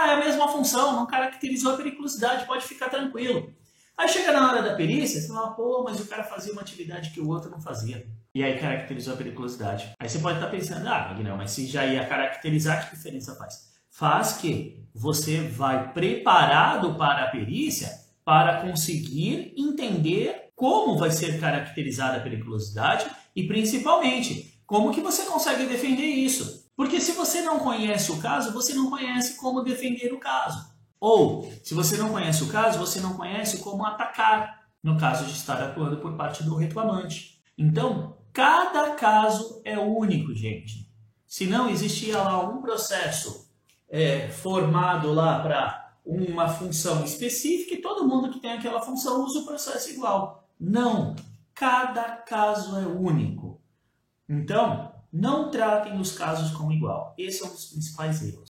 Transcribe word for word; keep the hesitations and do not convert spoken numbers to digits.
é a mesma função, não caracterizou a periculosidade, pode ficar tranquilo. Aí chega na hora da perícia, você fala, pô, mas o cara fazia uma atividade que o outro não fazia. E aí caracterizou a periculosidade. Aí você pode estar pensando, ah, Magnão, mas se já ia caracterizar, que diferença faz? Faz que você vai preparado para a perícia para conseguir entender como vai ser caracterizada a periculosidade e, principalmente, como que você consegue defender isso. Porque se você não conhece o caso, você não conhece como defender o caso. Ou, se você não conhece o caso, você não conhece como atacar, no caso de estar atuando por parte do reclamante. Então, cada caso é único, gente. Se não existia lá um processo é, formado lá para uma função específica e todo mundo que tem aquela função usa o processo igual. Não, cada caso é único. Então, não tratem os casos como igual. Esse é um dos principais erros.